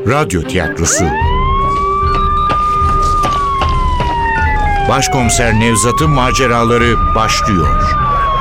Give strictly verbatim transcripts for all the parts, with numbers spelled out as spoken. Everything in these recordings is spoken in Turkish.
Radyo tiyatrosu. Başkomiser Nevzat'ın maceraları başlıyor.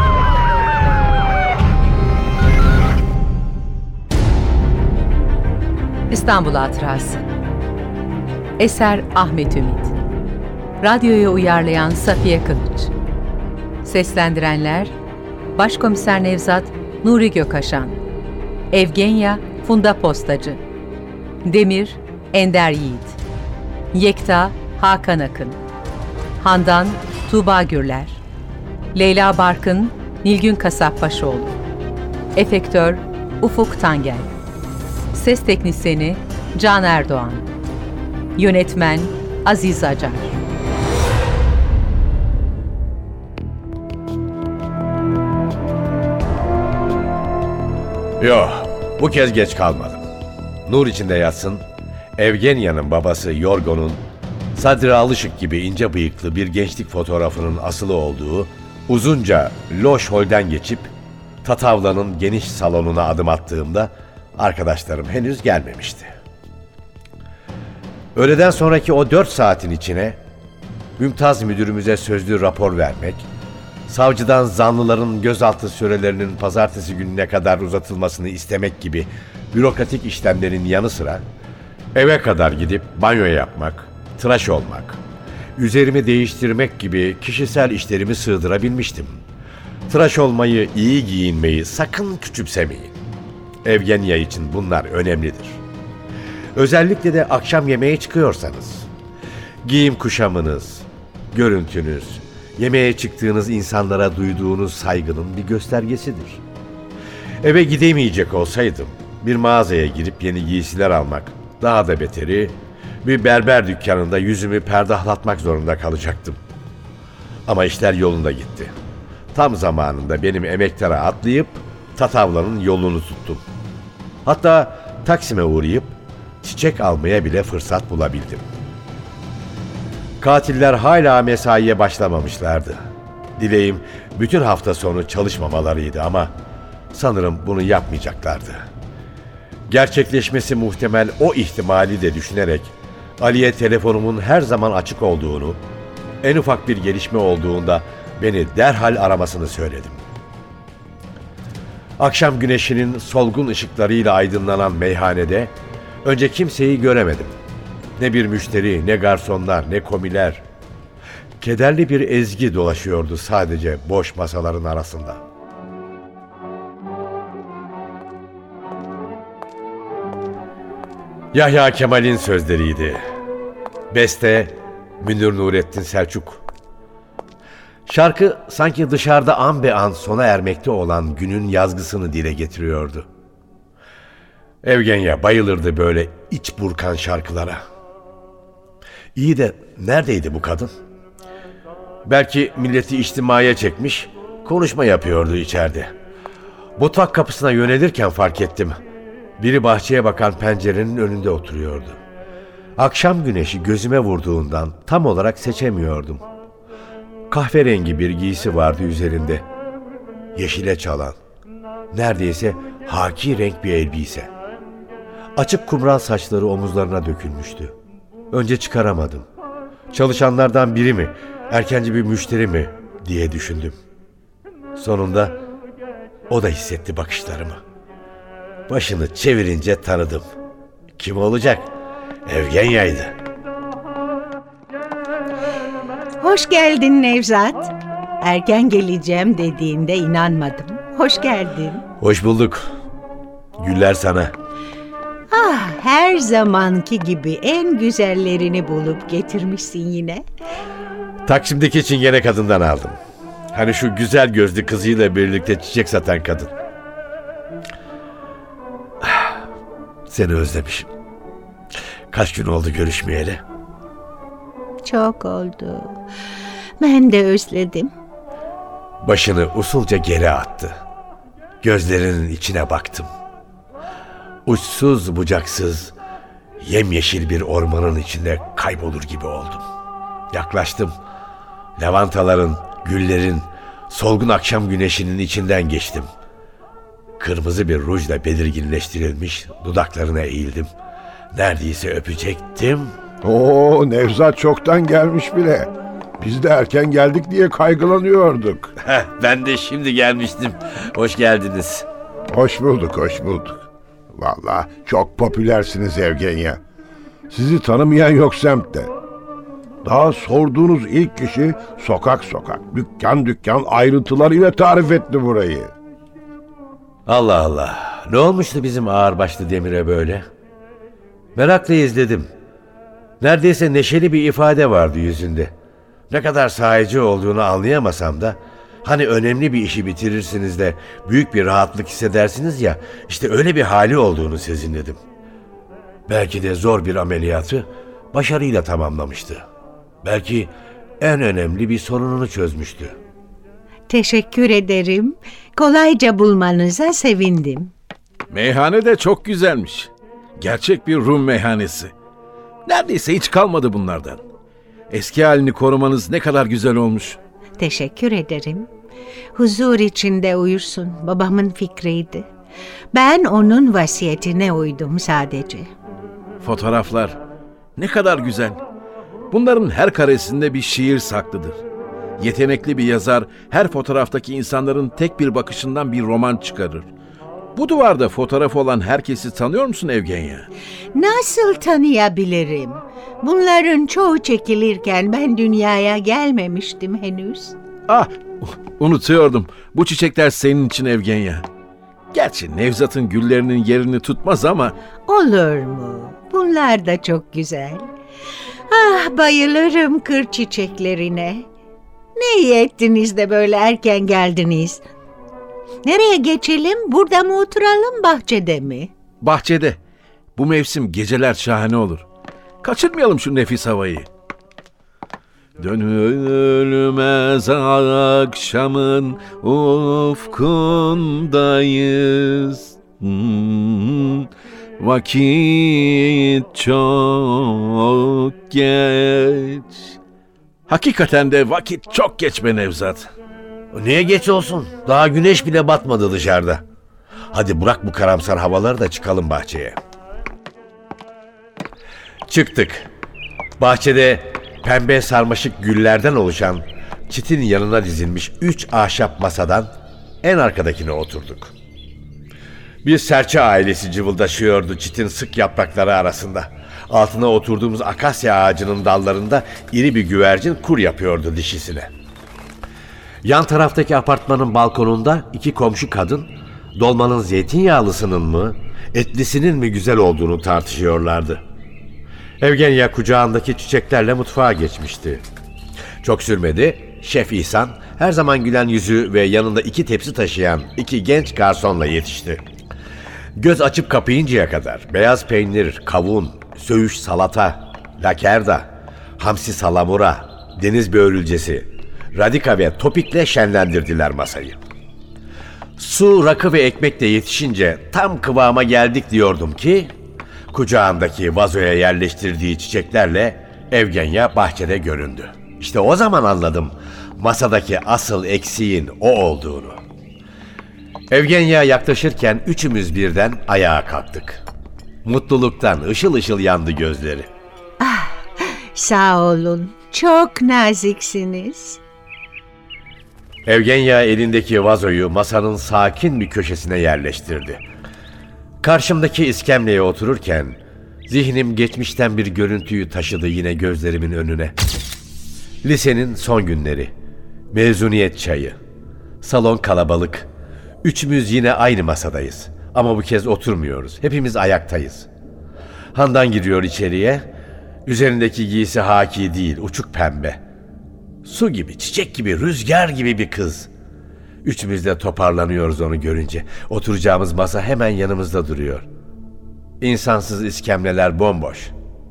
İstanbul Hatırası. Eser Ahmet Ümit. Radyoya uyarlayan Safiye Kılıç. Seslendirenler: Başkomiser Nevzat Nuri Gökaşan, Evgenya Funda Postacı, Demir Ender Yiğit, Yekta Hakan Akın, Handan Tuğba Gürler, Leyla Barkın Nilgün Kasapbaşoğlu, Efektör Ufuk Tangel, Ses Teknisyeni Can Erdoğan, Yönetmen Aziz Acar. Yo, bu kez geç kalmadım. Nur içinde yatsın, Evgenya'nın babası Yorgo'nun Sadri Alışık gibi ince bıyıklı bir gençlik fotoğrafının asılı olduğu uzunca loş holden geçip Tatavla'nın geniş salonuna adım attığımda arkadaşlarım henüz gelmemişti. Öğleden sonraki o dört saatin içine Mümtaz müdürümüze sözlü rapor vermek, savcıdan zanlıların gözaltı sürelerinin pazartesi gününe kadar uzatılmasını istemek gibi bürokratik işlemlerin yanı sıra eve kadar gidip banyo yapmak, tıraş olmak, üzerimi değiştirmek gibi kişisel işlerimi sığdırabilmiştim. Tıraş olmayı, iyi giyinmeyi sakın küçümsemeyin. Evgenya için bunlar önemlidir. Özellikle de akşam yemeğe çıkıyorsanız, giyim kuşamınız, görüntünüz, yemeğe çıktığınız insanlara duyduğunuz saygının bir göstergesidir. Eve gidemeyecek olsaydım, bir mağazaya girip yeni giysiler almak, daha da beteri, bir berber dükkanında yüzümü perdahlatmak zorunda kalacaktım. Ama işler yolunda gitti. Tam zamanında benim emektara atlayıp Tatavla'nın yolunu tuttum. Hatta Taksim'e uğrayıp çiçek almaya bile fırsat bulabildim. Katiller hala mesaiye başlamamışlardı. Dileğim bütün hafta sonu çalışmamalarıydı ama sanırım bunu yapmayacaklardı. Gerçekleşmesi muhtemel o ihtimali de düşünerek Ali'ye telefonumun her zaman açık olduğunu, en ufak bir gelişme olduğunda beni derhal aramasını söyledim. Akşam güneşinin solgun ışıklarıyla aydınlanan meyhanede önce kimseyi göremedim. Ne bir müşteri, ne garsonlar, ne komiler. Kederli bir ezgi dolaşıyordu sadece boş masaların arasında. Yahya Kemal'in sözleriydi. Beste Münir Nurettin Selçuk. Şarkı sanki dışarıda an be an sona ermekte olan günün yazgısını dile getiriyordu. Evgenya bayılırdı böyle iç burkan şarkılara. İyi de neredeydi bu kadın? Belki milleti içtimaya çekmiş, konuşma yapıyordu içeride. Mutfak kapısına yönelirken fark ettim. Biri bahçeye bakan pencerenin önünde oturuyordu. Akşam güneşi gözüme vurduğundan tam olarak seçemiyordum. Kahverengi bir giysi vardı üzerinde. Yeşile çalan, neredeyse haki renk bir elbise. Açık kumral saçları omuzlarına dökülmüştü. Önce çıkaramadım. Çalışanlardan biri mi, erkenci bir müşteri mi diye düşündüm. Sonunda o da hissetti bakışlarımı. Başını çevirince tanıdım. Kim olacak? Evgenya'ydı. Hoş geldin Nevzat. Erken geleceğim dediğinde inanmadım. Hoş geldin. Hoş bulduk. Güller sana. Ah, her zamanki gibi en güzellerini bulup getirmişsin yine. Taksim'deki Çingene kadından aldım. Hani şu güzel gözlü kızıyla birlikte çiçek satan kadın. Seni özlemişim. Kaç gün oldu görüşmeyeli? Çok oldu. Ben de özledim. Başını usulca geri attı. Gözlerinin içine baktım. Uçsuz bucaksız, yemyeşil bir ormanın içinde kaybolur gibi oldum. Yaklaştım. Lavantaların, güllerin, solgun akşam güneşinin içinden geçtim. Kırmızı bir rujla belirginleştirilmiş dudaklarına eğildim. Neredeyse öpecektim. Oo, Nevzat çoktan gelmiş bile. Biz de erken geldik diye kaygılanıyorduk. Heh, ben de şimdi gelmiştim. Hoş geldiniz. Hoş bulduk, hoş bulduk. Vallahi çok popülersiniz Evgenya. Sizi tanımayan yok semtte. Daha sorduğunuz ilk kişi sokak sokak, dükkan dükkan ayrıntılarıyla tarif etti burayı. Allah Allah. Ne olmuştu bizim ağırbaşlı Demir'e böyle? Merakla izledim. Neredeyse neşeli bir ifade vardı yüzünde. Ne kadar sahici olduğunu anlayamasam da, hani önemli bir işi bitirirsiniz de büyük bir rahatlık hissedersiniz ya, işte öyle bir hali olduğunu sezinledim. Belki de zor bir ameliyatı başarıyla tamamlamıştı. Belki en önemli bir sorununu çözmüştü. Teşekkür ederim. Kolayca bulmanıza sevindim. Meyhane de çok güzelmiş. Gerçek bir Rum meyhanesi. Neredeyse hiç kalmadı bunlardan. Eski halini korumanız ne kadar güzel olmuş. Teşekkür ederim. Huzur içinde uyursun. Babamın fikriydi. Ben onun vasiyetine uydum sadece. Fotoğraflar ne kadar güzel. Bunların her karesinde bir şiir saklıdır. Yetenekli bir yazar her fotoğraftaki insanların tek bir bakışından bir roman çıkarır. Bu duvarda fotoğraf olan herkesi tanıyor musun Evgenya? Nasıl tanıyabilirim? Bunların çoğu çekilirken ben dünyaya gelmemiştim henüz. Ah, unutuyordum. Bu çiçekler senin için Evgenya. Gerçi Nevzat'ın güllerinin yerini tutmaz ama... Olur mu? Bunlar da çok güzel. Ah, bayılırım kır çiçeklerine. Ne iyi ettiniz de böyle erken geldiniz. Nereye geçelim? Burada mı oturalım, bahçede mi? Bahçede. Bu mevsim geceler şahane olur. Kaçırmayalım şu nefis havayı. Dönülmez akşamın ufkundayız. Hmm, vakit çok geç. Hakikaten de vakit çok geç be Nevzat. Niye geç olsun? Daha güneş bile batmadı dışarıda. Hadi bırak bu karamsar havaları da çıkalım bahçeye. Çıktık. Bahçede pembe sarmaşık güllerden oluşan çitin yanına dizilmiş üç ahşap masadan en arkadakine oturduk. Bir serçe ailesi cıvıldaşıyordu çitin sık yaprakları arasında. Altına oturduğumuz akasya ağacının dallarında iri bir güvercin kur yapıyordu dişisine. Yan taraftaki apartmanın balkonunda iki komşu kadın dolmanın zeytinyağlısının mı, etlisinin mi güzel olduğunu tartışıyorlardı. Evgenya kucağındaki çiçeklerle mutfağa geçmişti. Çok sürmedi, Şef İhsan her zaman gülen yüzü ve yanında iki tepsi taşıyan iki genç garsonla yetişti. Göz açıp kapayıncaya kadar beyaz peynir, kavun, söğüş salata, lakerda, hamsi salamura, deniz börülcesi, radika ve topikle şenlendirdiler masayı. Su, rakı ve ekmek de yetişince tam kıvama geldik diyordum ki, kucağındaki vazoya yerleştirdiği çiçeklerle Evgenya bahçede göründü. İşte o zaman anladım masadaki asıl eksiğin o olduğunu. Evgenya yaklaşırken üçümüz birden ayağa kalktık. Mutluluktan ışıl ışıl yandı gözleri. Ah, sağ olun. Çok naziksiniz. Evgenya elindeki vazoyu masanın sakin bir köşesine yerleştirdi. Karşımdaki iskemleye otururken zihnim geçmişten bir görüntüyü taşıdı yine gözlerimin önüne. Lisenin son günleri, mezuniyet çayı, salon kalabalık. Üçümüz yine aynı masadayız ama bu kez oturmuyoruz. Hepimiz ayaktayız. Handan giriyor içeriye. Üzerindeki giysi haki değil, uçuk pembe. Su gibi, çiçek gibi, rüzgar gibi bir kız. Üçümüz de toparlanıyoruz onu görünce. Oturacağımız masa hemen yanımızda duruyor. İnsansız iskemleler bomboş.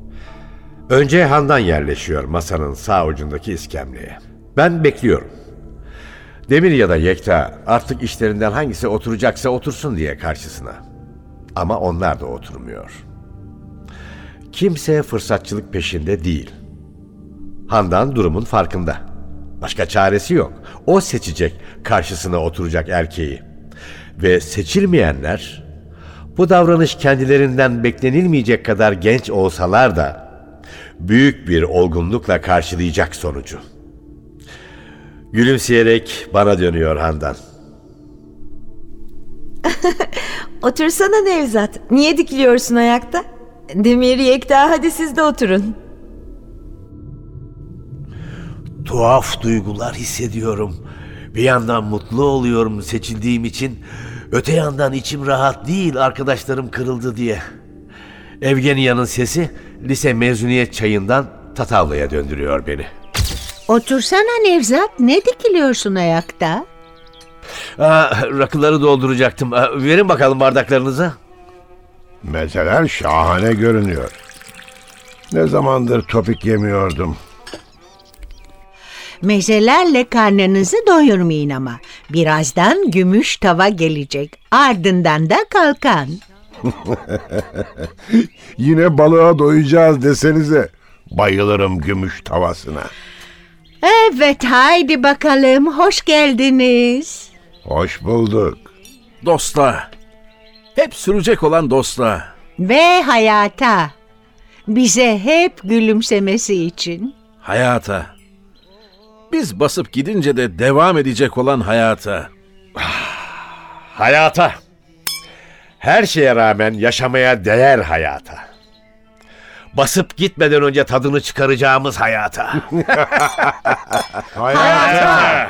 Önce Handan yerleşiyor masanın sağ ucundaki iskemleye. Ben bekliyorum. Demir ya da Yekta artık işlerinden hangisi oturacaksa otursun diye karşısına. Ama onlar da oturmuyor. Kimse fırsatçılık peşinde değil. Handan durumun farkında. Başka çaresi yok. O seçecek karşısına oturacak erkeği. Ve seçilmeyenler Bu davranış kendilerinden beklenilmeyecek kadar genç olsalar da büyük bir olgunlukla karşılayacak sonucu. Gülümseyerek bana dönüyor Handan. Otursana Nevzat. Niye dikiliyorsun ayakta? Demir, Yekta, hadi siz de oturun. Tuhaf duygular hissediyorum. Bir yandan mutlu oluyorum seçildiğim için. Öte yandan içim rahat değil, arkadaşlarım kırıldı diye. Evgenia'nın sesi lise mezuniyet çayından Tatavla'ya döndürüyor beni. Otursana Nevzat, ne dikiliyorsun ayakta? Aa, rakıları dolduracaktım. Aa, verin bakalım bardaklarınızı. Mezeler şahane görünüyor. Ne zamandır topik yemiyordum. Mezelerle karnınızı doyurmayın ama. Birazdan gümüş tava gelecek. Ardından da kalkan. Yine balığa doyacağız desenize. Bayılırım gümüş tavasına. Evet, haydi bakalım. Hoş geldiniz. Hoş bulduk. Dostluğa. Hep sürecek olan dostluğa. Ve hayata. Bize hep gülümsemesi için. Hayata. Biz basıp gidince de devam edecek olan hayata. Hayata. Her şeye rağmen yaşamaya değer hayata. Basıp gitmeden önce tadını çıkaracağımız hayata. Hayata.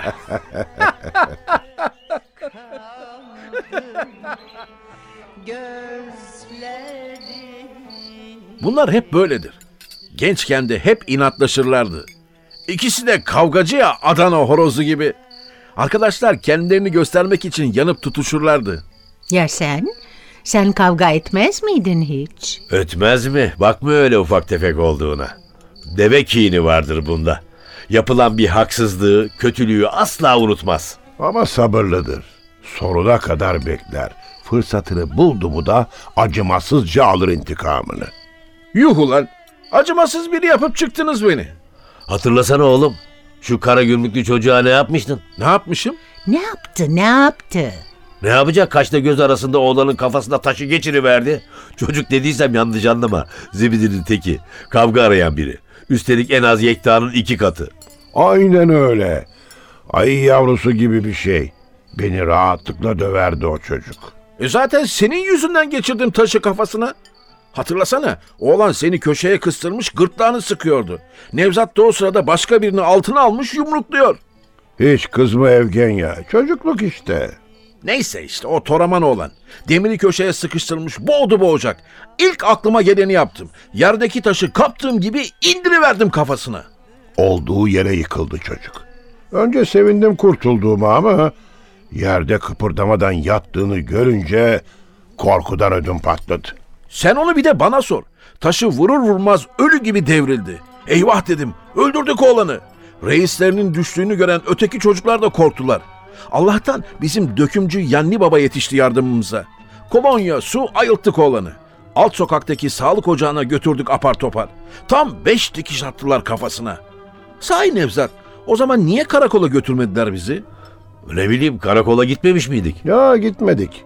Bunlar hep böyledir. Gençken de hep inatlaşırlardı. İkisi de kavgacı ya, Adana horozu gibi. Arkadaşlar kendilerini göstermek için yanıp tutuşurlardı. Ya sen? Sen kavga etmez miydin hiç? Ötmez mi? Bakma öyle ufak tefek olduğuna. Deve kini vardır bunda. Yapılan bir haksızlığı, kötülüğü asla unutmaz. Ama sabırlıdır. Sonuna kadar bekler. Fırsatını buldu mu da acımasızca alır intikamını. Yuh ulan! Acımasız biri yapıp çıktınız beni. Hatırlasana oğlum. Şu kara gümrüklü çocuğa ne yapmıştın? Ne yapmışım? Ne yaptı, ne yaptı? Ne yapacak? Kaşla göz arasında oğlanın kafasına taşı geçiriverdi. Çocuk dediysem yanlış anlama. Zibidinin teki. Kavga arayan biri. Üstelik en az Yekta'nın iki katı. Aynen öyle. Ayı yavrusu gibi bir şey. Beni rahatlıkla döverdi o çocuk. E zaten senin yüzünden geçirdim taşı kafasına. Hatırlasana, oğlan seni köşeye kıstırmış, gırtlağını sıkıyordu. Nevzat da o sırada başka birini altına almış yumrukluyor. Hiç kızma Evgenya. Çocukluk işte. Neyse işte o toraman oğlan. Demiri köşeye sıkıştırmış, boğdu boğacak. İlk aklıma geleni yaptım. Yerdeki taşı kaptığım gibi indiriverdim kafasına. Olduğu yere yıkıldı çocuk. Önce sevindim kurtulduğuma ama yerde kıpırdamadan yattığını görünce korkudan ödüm patladı. Sen onu bir de bana sor. Taşı vurur vurmaz ölü gibi devrildi. Eyvah dedim, öldürdük oğlanı. Reislerinin düştüğünü gören öteki çocuklar da korktular. Allah'tan bizim dökümcü Yanni Baba yetişti yardımımıza. Kolonya, su ayılttık oğlanı. Alt sokaktaki sağlık ocağına götürdük apar topar. Tam beş dikiş attılar kafasına. Sahi Nevzat, o zaman niye karakola götürmediler bizi? Ne bileyim, karakola gitmemiş miydik? Ya gitmedik.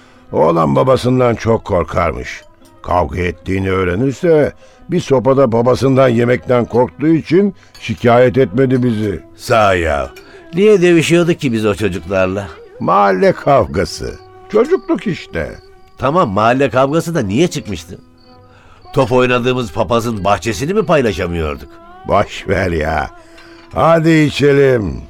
Oğlan babasından çok korkarmış. Kavga ettiğini öğrenirse bir sopada babasından yemekten korktuğu için şikayet etmedi bizi. Sağ ya. Niye dövüşüyorduk ki biz o çocuklarla? Mahalle kavgası. Çocukluk işte. Tamam, mahalle kavgası da niye çıkmıştı? Top oynadığımız papazın bahçesini mi paylaşamıyorduk? Boş ver ya. Hadi içelim.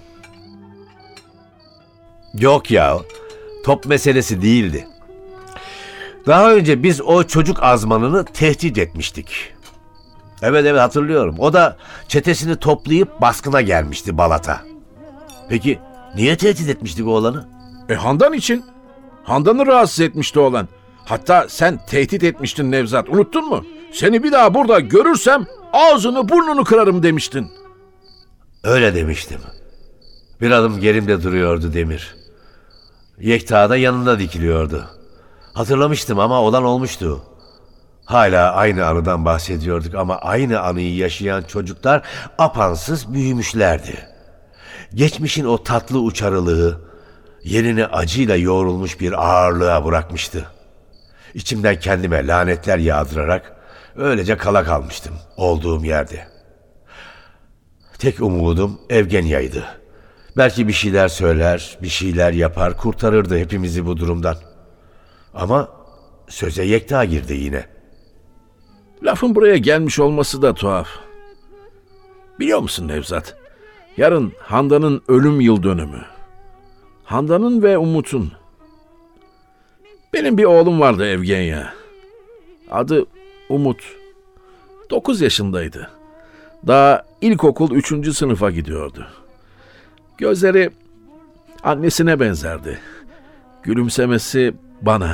Yok ya, top meselesi değildi. Daha önce biz o çocuk azmanını tehdit etmiştik. Evet evet hatırlıyorum. O da çetesini toplayıp baskına gelmişti Balat'a. Peki niye tehdit etmiştik oğlanı? E Handan için. Handan'ı rahatsız etmişti oğlan. Hatta sen tehdit etmiştin Nevzat, unuttun mu? Seni bir daha burada görürsem ağzını burnunu kırarım demiştin. Öyle demiştim. Bir adım gerimde duruyordu Demir. Yekta da yanında dikiliyordu. Hatırlamıştım ama olan olmuştu. Hala aynı anıdan bahsediyorduk ama aynı anıyı yaşayan çocuklar apansız büyümüşlerdi. Geçmişin o tatlı uçarılığı yerini acıyla yoğrulmuş bir ağırlığa bırakmıştı. İçimden kendime lanetler yağdırarak öylece kala kalmıştım olduğum yerde. Tek umudum Evgenya'ydı. Belki bir şeyler söyler, bir şeyler yapar, kurtarırdı hepimizi bu durumdan. Ama söze Yekta girdi yine. Lafın buraya gelmiş olması da tuhaf. Biliyor musun Nevzat? Yarın Handan'ın ölüm yıl dönümü. Handan'ın ve Umut'un. Benim bir oğlum vardı Evgenya. Adı Umut. Dokuz yaşındaydı. Daha ilkokul üçüncü sınıfa gidiyordu. Gözleri annesine benzerdi. Gülümsemesi bana.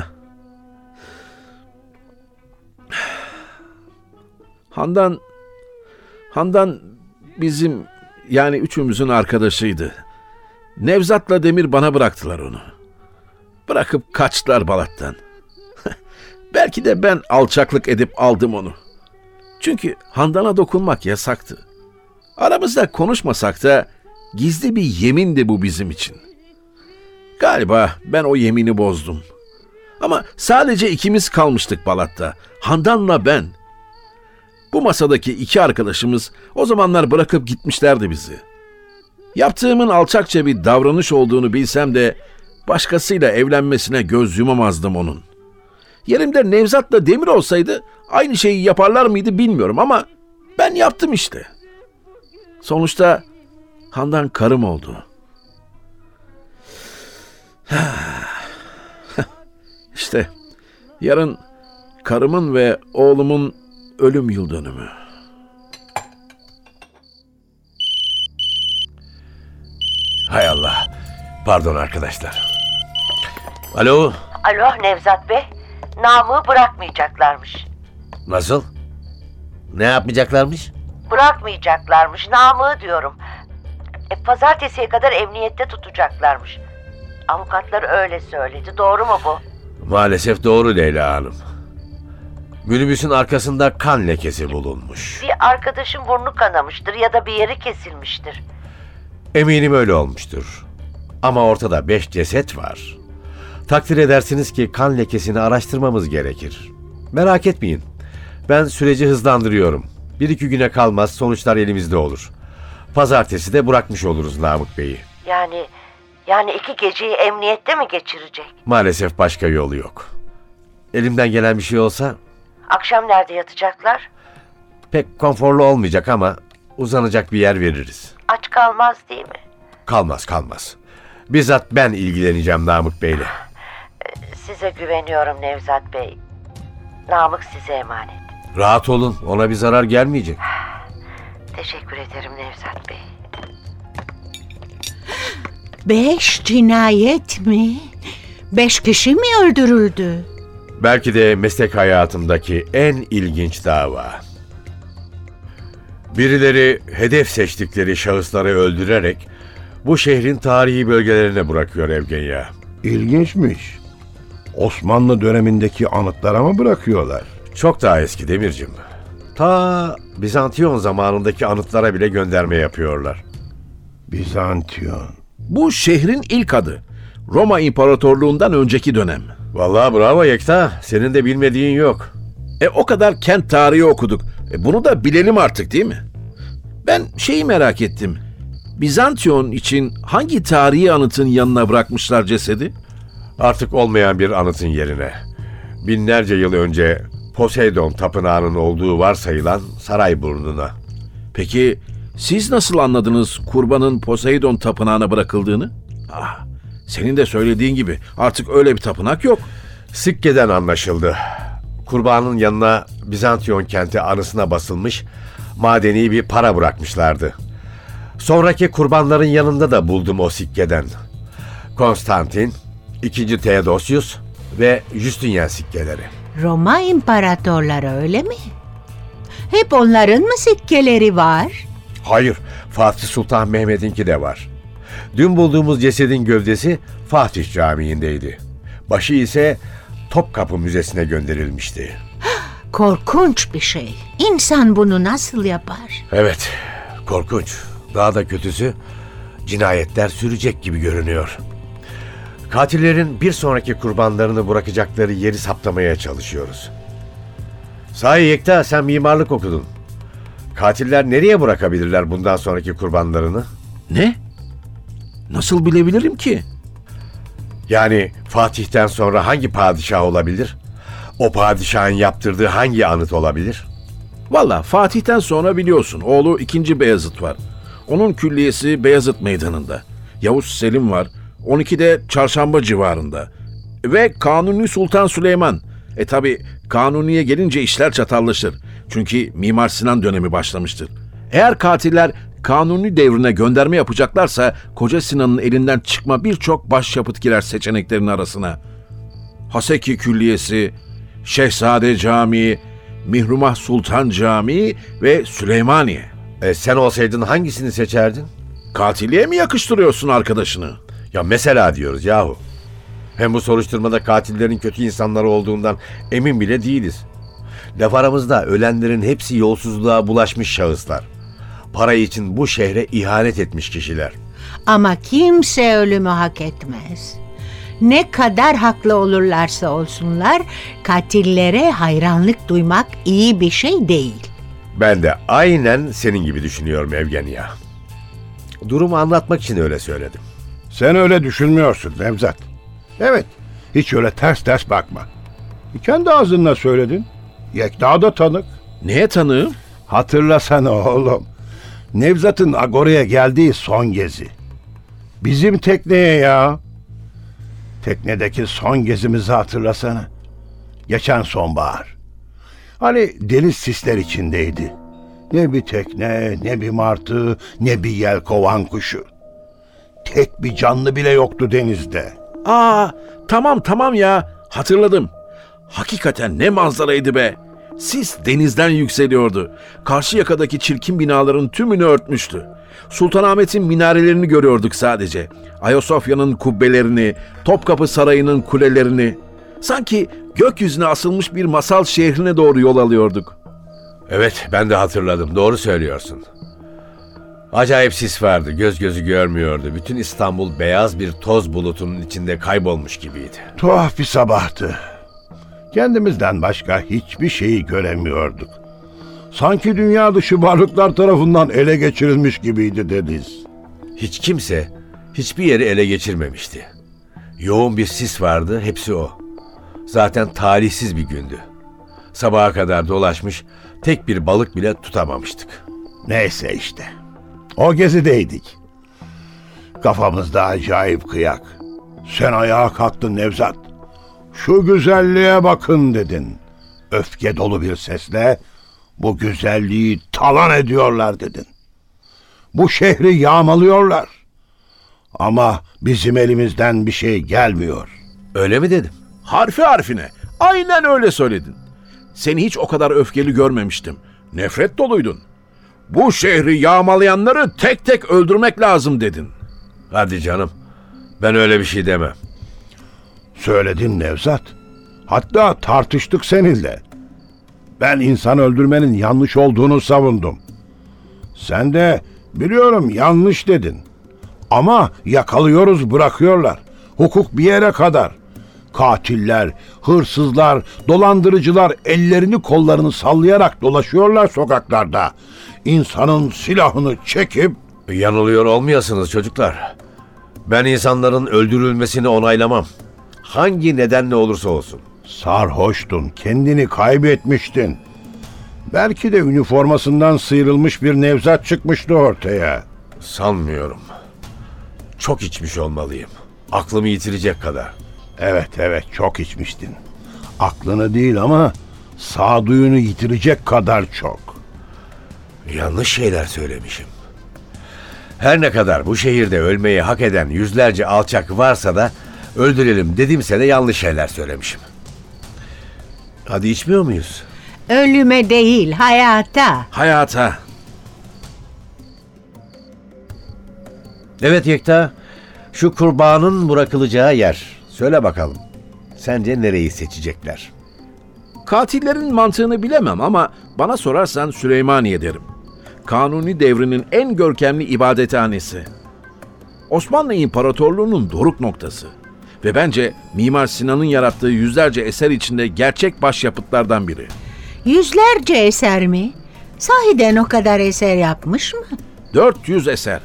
Handan, Handan bizim yani üçümüzün arkadaşıydı. Nevzat'la Demir bana bıraktılar onu. Bırakıp kaçtılar Balat'tan. Belki de ben alçaklık edip aldım onu. Çünkü Handan'a dokunmak yasaktı. Aramızda konuşmasak da gizli bir yemindi bu bizim için. Galiba ben o yemini bozdum. Ama sadece ikimiz kalmıştık Balat'ta. Handan'la ben. Bu masadaki iki arkadaşımız o zamanlar bırakıp gitmişlerdi bizi. Yaptığımın alçakça bir davranış olduğunu bilsem de başkasıyla evlenmesine göz yumamazdım onun. Yerimde Nevzat'la Demir olsaydı aynı şeyi yaparlar mıydı bilmiyorum ama ben yaptım işte. Sonuçta Handan karım oldu. İşte yarın karımın ve oğlumun ölüm yıl dönümü. Hay Allah. Pardon arkadaşlar. Alo. Alo Nevzat Bey. Namık'ı bırakmayacaklarmış. Nasıl? Ne yapmayacaklarmış? Bırakmayacaklarmış. Namık'ı diyorum. E, pazartesiye kadar emniyette tutacaklarmış. Avukatlar öyle söyledi. Doğru mu bu? Maalesef doğru Leyla Hanım. Minibüsün arkasında kan lekesi bulunmuş. Bir arkadaşın burnu kanamıştır ya da bir yeri kesilmiştir. Eminim öyle olmuştur. Ama ortada beş ceset var. Takdir edersiniz ki kan lekesini araştırmamız gerekir. Merak etmeyin. Ben süreci hızlandırıyorum. Bir iki güne kalmaz sonuçlar elimizde olur. Pazartesi de bırakmış oluruz Namık Bey'i. Yani yani iki geceyi emniyette mi geçirecek? Maalesef başka yolu yok. Elimden gelen bir şey olsa... Akşam nerede yatacaklar? Pek konforlu olmayacak ama uzanacak bir yer veririz. Aç kalmaz değil mi? Kalmaz kalmaz. Bizzat ben ilgileneceğim Namık Bey'le. Size güveniyorum Nevzat Bey. Namık size emanet. Rahat olun, ona bir zarar gelmeyecek. Teşekkür ederim Nevzat Bey. Beş cinayet mi? Beş kişi mi öldürüldü? Belki de meslek hayatımdaki en ilginç dava. Birileri hedef seçtikleri şahısları öldürerek bu şehrin tarihi bölgelerine bırakıyor Evgenya. İlginçmiş. Osmanlı dönemindeki anıtlara mı bırakıyorlar? Çok daha eski Demircim. Ta Bizantiyon zamanındaki anıtlara bile gönderme yapıyorlar. Bizantiyon. Bu şehrin ilk adı. Roma İmparatorluğundan önceki dönem. Vallahi bravo Yekta. Senin de bilmediğin yok. E o kadar kent tarihi okuduk. E bunu da bilelim artık değil mi? Ben şeyi merak ettim. Bizantiyon için hangi tarihi anıtın yanına bırakmışlar cesedi? Artık olmayan bir anıtın yerine. Binlerce yıl önce Poseidon tapınağının olduğu varsayılan Sarayburnu'na. Peki siz nasıl anladınız kurbanın Poseidon tapınağına bırakıldığını? Ah, senin de söylediğin gibi artık öyle bir tapınak yok. Sikke'den anlaşıldı. Kurbanın yanına Bizantiyon kenti anısına basılmış madeni bir para bırakmışlardı. Sonraki kurbanların yanında da buldum o sikkeden. Konstantin, ikinci. Theodosius ve Justinian sikkeleri. Roma imparatorları öyle mi? Hep onların mı sikkeleri var? Hayır, Fatih Sultan Mehmet'inki de var. Dün bulduğumuz cesedin gövdesi Fatih Camii'ndeydi. Başı ise Topkapı Müzesi'ne gönderilmişti. Korkunç bir şey. İnsan bunu nasıl yapar? Evet, korkunç. Daha da kötüsü cinayetler sürecek gibi görünüyor. Katillerin bir sonraki kurbanlarını bırakacakları yeri saptamaya çalışıyoruz. Sahi Yekta, sen mimarlık okudun. Katiller nereye bırakabilirler bundan sonraki kurbanlarını? Ne? Nasıl bilebilirim ki? Yani Fatih'ten sonra hangi padişah olabilir? O padişahın yaptırdığı hangi anıt olabilir? Valla Fatih'ten sonra biliyorsun oğlu ikinci Beyazıt var. Onun külliyesi Beyazıt Meydanı'nda. Yavuz Selim var. on ikide Çarşamba civarında. Ve Kanuni Sultan Süleyman. E tabi Kanuni'ye gelince işler çatallaşır. Çünkü Mimar Sinan dönemi başlamıştır. Eğer katiller Kanuni devrine gönderme yapacaklarsa Koca Sinan'ın elinden çıkma birçok başyapıt girer seçeneklerin arasına. Haseki Külliyesi, Şehzade Camii, Mihrumah Sultan Camii ve Süleymaniye. E sen olsaydın hangisini seçerdin? Katilliğe mi yakıştırıyorsun arkadaşını? Ya mesela diyoruz yahu. Hem bu soruşturmada katillerin kötü insanlar olduğundan emin bile değiliz. Laf aramızda ölenlerin hepsi yolsuzluğa bulaşmış şahıslar. Para için bu şehre ihanet etmiş kişiler. Ama kimse ölümü hak etmez. Ne kadar haklı olurlarsa olsunlar, katillere hayranlık duymak iyi bir şey değil. Ben de aynen senin gibi düşünüyorum Evgenya. Durumu anlatmak için öyle söyledim. Sen öyle düşünmüyorsun Nevzat. Evet, hiç öyle ters ters bakma. Kendi ağzınla söyledin. Yekta da tanık. Neye tanığım? Hatırlasana oğlum. Nevzat'ın Agora'ya geldiği son gezi. Bizim tekneye ya. Teknedeki son gezimizi hatırlasana. Geçen sonbahar. Hani deniz sisler içindeydi. Ne bir tekne, ne bir martı, ne bir yelkovan kuşu. Tek bir canlı bile yoktu denizde. Aa, tamam tamam ya, hatırladım. Hakikaten ne manzaraydı be. Sis denizden yükseliyordu. Karşı yakadaki çirkin binaların tümünü örtmüştü. Sultanahmet'in minarelerini görüyorduk sadece. Ayasofya'nın kubbelerini, Topkapı Sarayı'nın kulelerini. Sanki gökyüzüne asılmış bir masal şehrine doğru yol alıyorduk. Evet, ben de hatırladım. Doğru söylüyorsun. Acayip sis vardı. Göz gözü görmüyordu. Bütün İstanbul beyaz bir toz bulutunun içinde kaybolmuş gibiydi. Tuhaf bir sabahtı. Kendimizden başka hiçbir şeyi göremiyorduk. Sanki dünya dışı varlıklar tarafından ele geçirilmiş gibiydi deniz. Hiç kimse hiçbir yeri ele geçirmemişti. Yoğun bir sis vardı, hepsi o. Zaten talihsiz bir gündü. Sabaha kadar dolaşmış, tek bir balık bile tutamamıştık. Neyse işte. O gezideydik. Kafamızda acayip kıyak. Sen ayağa kalktın Nevzat. Şu güzelliğe bakın dedin. Öfke dolu bir sesle bu güzelliği talan ediyorlar dedin. Bu şehri yağmalıyorlar. Ama bizim elimizden bir şey gelmiyor. Öyle mi dedim? Harfi harfine. Aynen öyle söyledin. Seni hiç o kadar öfkeli görmemiştim. Nefret doluydun. Bu şehri yağmalayanları tek tek öldürmek lazım dedin. Hadi canım. Ben öyle bir şey demem. Söyledin Nevzat. Hatta tartıştık seninle. Ben insan öldürmenin yanlış olduğunu savundum. Sen de biliyorum yanlış dedin. Ama yakalıyoruz bırakıyorlar. Hukuk bir yere kadar. Katiller, hırsızlar, dolandırıcılar ellerini kollarını sallayarak dolaşıyorlar sokaklarda. İnsanın silahını çekip... Yanılıyor olmayasınız çocuklar. Ben insanların öldürülmesini onaylamam. Hangi nedenle olursa olsun. Sarhoştun, kendini kaybetmiştin. Belki de üniformasından sıyrılmış bir Nevzat çıkmıştı ortaya. Sanmıyorum. Çok içmiş olmalıyım. Aklımı yitirecek kadar. Evet evet çok içmiştin. Aklını değil ama sağduyunu yitirecek kadar çok. Yanlış şeyler söylemişim. Her ne kadar bu şehirde ölmeyi hak eden yüzlerce alçak varsa da öldürelim dedimse de yanlış şeyler söylemişim. Hadi içmiyor muyuz? Ölüme değil, hayata. Hayata. Evet Yekta, şu kurbanın bırakılacağı yer. Söyle bakalım, sence nereyi seçecekler? Katillerin mantığını bilemem ama bana sorarsan Süleymaniye derim. Kanuni devrinin en görkemli ibadethanesi. Osmanlı İmparatorluğu'nun doruk noktası. Ve bence Mimar Sinan'ın yarattığı yüzlerce eser içinde gerçek başyapıtlardan biri. Yüzlerce eser mi? Sahiden o kadar eser yapmış mı? dört yüz eser.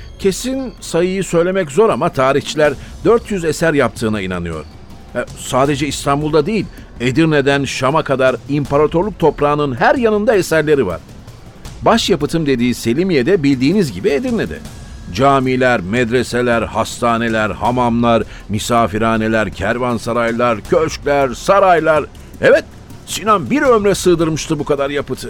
Kesin sayıyı söylemek zor ama tarihçiler dört yüz eser yaptığına inanıyor. E, sadece İstanbul'da değil, Edirne'den Şam'a kadar imparatorluk toprağının her yanında eserleri var. Başyapıtım dediği Selimiye'de bildiğiniz gibi Edirne'de. Camiler, medreseler, hastaneler, hamamlar, misafirhaneler, kervansaraylar, köşkler, saraylar. Evet, Sinan bir ömre sığdırmıştı bu kadar yapıtı.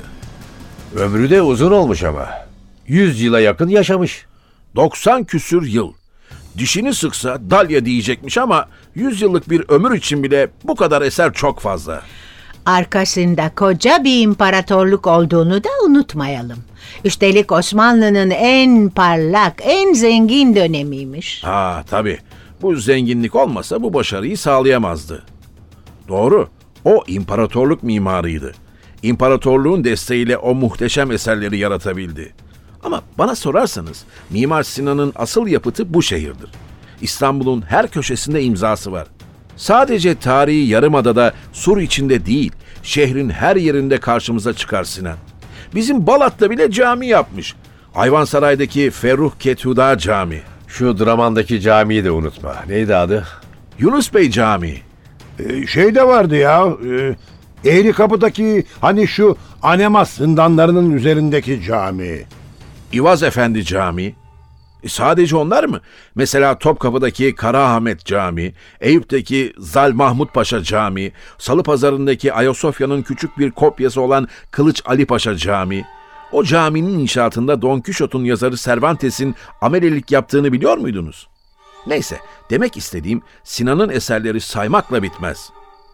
Ömrü de uzun olmuş ama. Yüz yıla yakın yaşamış. doksan küsür yıl. Dişini sıksa dalya diyecekmiş ama yüz yıllık bir ömür için bile bu kadar eser çok fazla. Arkasında koca bir imparatorluk olduğunu da unutmayalım. Üstelik Osmanlı'nın en parlak, en zengin dönemiymiş. Ha tabii. Bu zenginlik olmasa bu başarıyı sağlayamazdı. Doğru. O imparatorluk mimarıydı. İmparatorluğun desteğiyle o muhteşem eserleri yaratabildi. Ama bana sorarsanız Mimar Sinan'ın asıl yapıtı bu şehirdir. İstanbul'un her köşesinde imzası var. Sadece tarihi Yarımada'da, sur içinde değil, şehrin her yerinde karşımıza çıkar Sinan. Bizim Balat'ta bile cami yapmış. Ayvansaray'daki Ferruh Kethuda Camii. Şu Draman'daki camiyi de unutma. Neydi adı? Yunus Bey Camii. Ee, şey de vardı ya. E, Eğri Kapı'daki hani şu Anemas zindanlarının üzerindeki cami. İvaz Efendi Camii. E sadece onlar mı? Mesela Topkapı'daki Karaahmet Camii, Eyüp'teki Zal Mahmut Paşa Camii, Salıpazarı'ndaki Ayasofya'nın küçük bir kopyası olan Kılıç Ali Paşa Camii. O caminin inşaatında Don Quixote'un yazarı Cervantes'in amelelik yaptığını biliyor muydunuz? Neyse, demek istediğim Sinan'ın eserleri saymakla bitmez.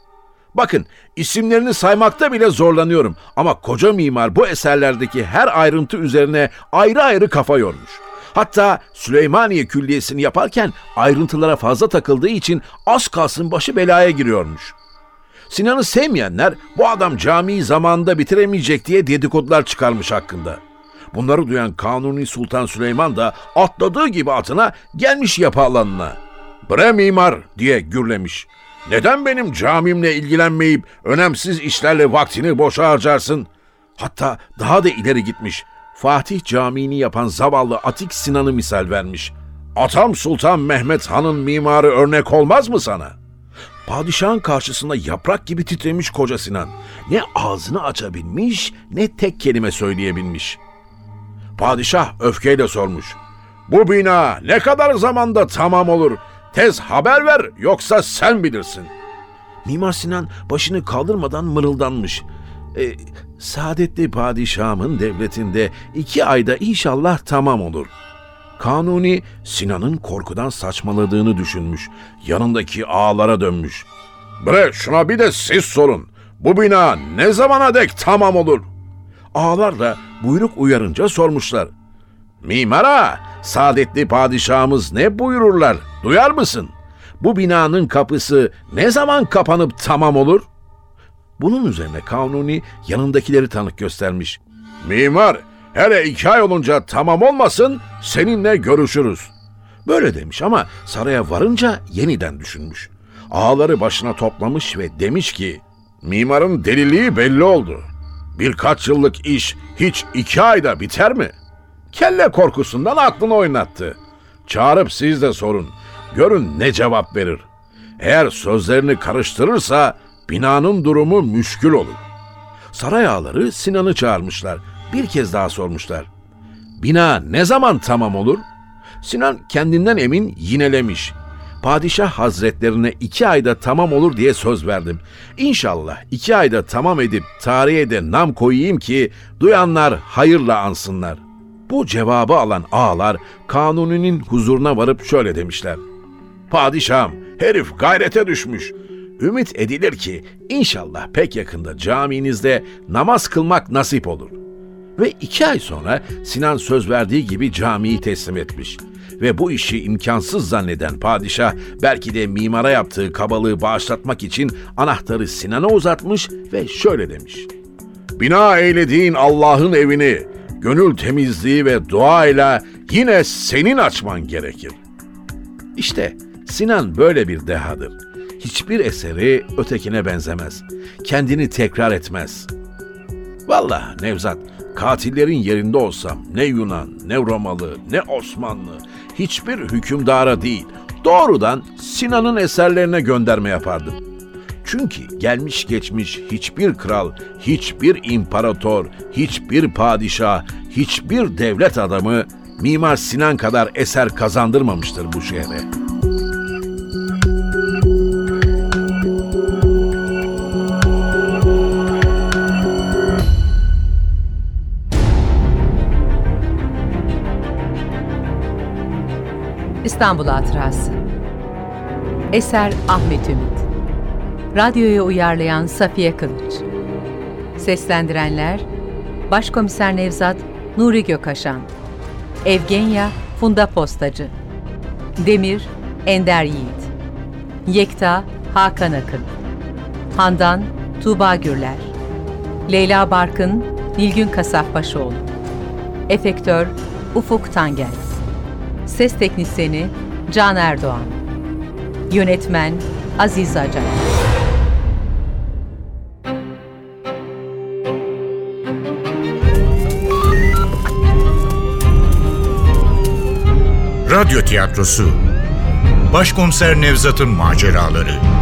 Bakın, isimlerini saymakta bile zorlanıyorum ama koca mimar bu eserlerdeki her ayrıntı üzerine ayrı ayrı kafa yormuş. Hatta Süleymaniye Külliyesi'ni yaparken ayrıntılara fazla takıldığı için az kalsın başı belaya giriyormuş. Sinan'ı sevmeyenler bu adam camiyi zamanında bitiremeyecek diye dedikodular çıkarmış hakkında. Bunları duyan Kanuni Sultan Süleyman da atladığı gibi atına gelmiş yapı alanına. "Bre mimar!" diye gürlemiş. "Neden benim camimle ilgilenmeyip önemsiz işlerle vaktini boşa harcarsın?" Hatta daha da ileri gitmiş. Fatih Camii'ni yapan zavallı Atik Sinan'ı misal vermiş. "Atam Sultan Mehmet Han'ın mimarı örnek olmaz mı sana?" Padişahın karşısında yaprak gibi titremiş koca Sinan. Ne ağzını açabilmiş, ne tek kelime söyleyebilmiş. Padişah öfkeyle sormuş. "Bu bina ne kadar zamanda tamam olur? Tez haber ver, yoksa sen bilirsin." Mimar Sinan başını kaldırmadan mırıldanmış. E, "Saadetli padişahımın devletinde iki ayda inşallah tamam olur." Kanuni Sinan'ın korkudan saçmaladığını düşünmüş. Yanındaki ağalara dönmüş. "Bre şuna bir de siz sorun. Bu bina ne zamana dek tamam olur?" Ağalar da buyruk uyarınca sormuşlar. "Mimara, saadetli padişahımız ne buyururlar? Duyar mısın? Bu binanın kapısı ne zaman kapanıp tamam olur?" Bunun üzerine Kanuni yanındakileri tanık göstermiş. "Mimar, hele iki ay olunca tamam olmasın, seninle görüşürüz." Böyle demiş ama saraya varınca yeniden düşünmüş. Ağaları başına toplamış ve demiş ki, "Mimarın deliliği belli oldu. Birkaç yıllık iş hiç iki ayda biter mi?" Kelle korkusundan aklını oynattı. "Çağırıp siz de sorun. Görün ne cevap verir. Eğer sözlerini karıştırırsa binanın durumu müşkül olur." Saray ağaları Sinan'ı çağırmışlar. Bir kez daha sormuşlar. "Bina ne zaman tamam olur?" Sinan kendinden emin yinelemiş. "Padişah hazretlerine iki ayda tamam olur diye söz verdim. İnşallah iki ayda tamam edip tarihe de nam koyayım ki duyanlar hayırla ansınlar." Bu cevabı alan ağalar Kanuni'nin huzuruna varıp şöyle demişler. "Padişahım, herif gayrete düşmüş. Ümit edilir ki inşallah pek yakında caminizde namaz kılmak nasip olur." Ve iki ay sonra Sinan söz verdiği gibi camiyi teslim etmiş. Ve bu işi imkansız zanneden padişah belki de mimara yaptığı kabalığı bağışlatmak için anahtarı Sinan'a uzatmış ve şöyle demiş. "Bina eylediğin Allah'ın evini gönül temizliği ve duayla yine senin açman gerekir." İşte Sinan böyle bir dehadır. Hiçbir eseri ötekine benzemez. Kendini tekrar etmez. Vallahi Nevzat, katillerin yerinde olsam ne Yunan, ne Romalı, ne Osmanlı, hiçbir hükümdara değil, doğrudan Sinan'ın eserlerine gönderme yapardım. Çünkü gelmiş geçmiş hiçbir kral, hiçbir imparator, hiçbir padişah, hiçbir devlet adamı Mimar Sinan kadar eser kazandırmamıştır bu şehre. İstanbul Hatırası. Eser Ahmet Ümit. Radyoya uyarlayan Safiye Kılıç. Seslendirenler: Başkomiser Nevzat Nuri Gökaşan, Evgenya Funda Postacı, Demir Ender Yiğit, Yekta Hakan Akın, Handan Tuğba Gürler, Leyla Barkın Nilgün Kasapbaşıoğlu, Efektör Ufuk Tangel, Ses Teknisyeni Can Erdoğan, Yönetmen Aziz Acar. Radyo tiyatrosu Başkomiser Nevzat'ın maceraları.